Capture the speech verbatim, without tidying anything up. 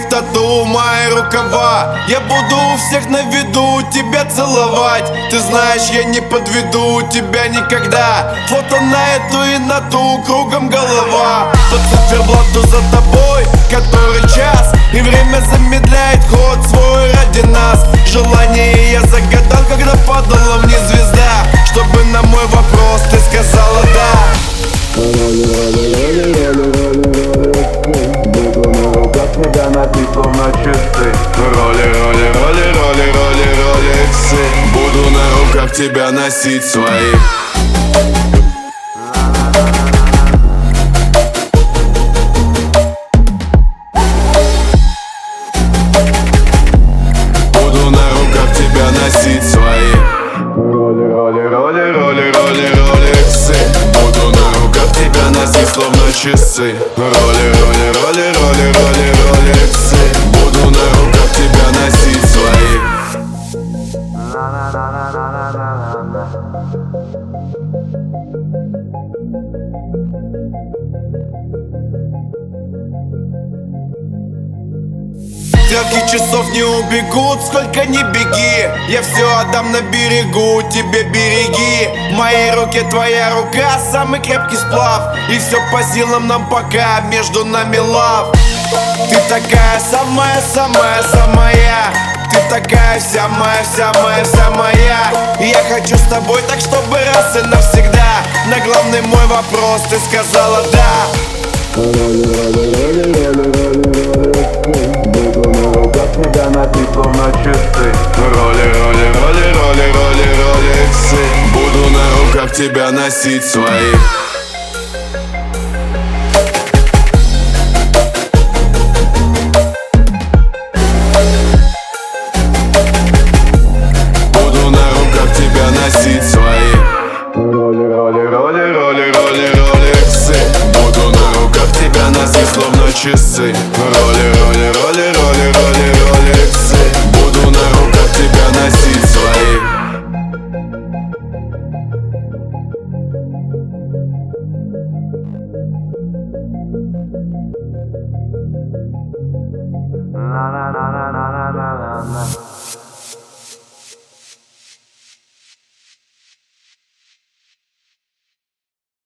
в тату мои рукава. Я буду у всех на виду тебя целовать. Ты знаешь, я не подведу тебя никогда. Фото на эту и на ту, кругом голова. По циферблату за тобой, который час, и время замедляет ход свой ради нас. Желание я загадал, когда падала вниз звезда, чтобы на мой вопрос ты сказала да. Буду на руках тебя носить, словно часы. Роли, роли, роли, роли, роли, ролексы. Буду на руках тебя носить свои. Буду на руках тебя носить свои. Роли, роли, роли, роли, роли, ролексы. Буду на руках тебя носить, словно часы. Роли, роли, роли, роли, роли, ролексы. Буду на руках тебя носить свои. Стрелки часов не убегут, сколько ни беги. Я все отдам на берегу, тебе береги. В моей руке твоя рука, самый крепкий сплав. И все по силам нам пока, между нами лав. Ты такая самая-самая-самая. Ты такая вся моя, вся моя, вся моя. И я хочу с тобой так, чтобы раз и навсегда на главный мой вопрос ты сказала да. Буду на руках тебя носить, словно часы. Роли, роли, роли, роли, роли, ролексы. Буду на руках тебя носить свои. Буду на руках тебя носить свои. Роли, роли, роли, роли, роли, ролексы. Буду на руках тебя носить, словно часы. Роли, роли, роли, роли, роли, ролексы. Буду на руках тебя носить свои. на на на на на на на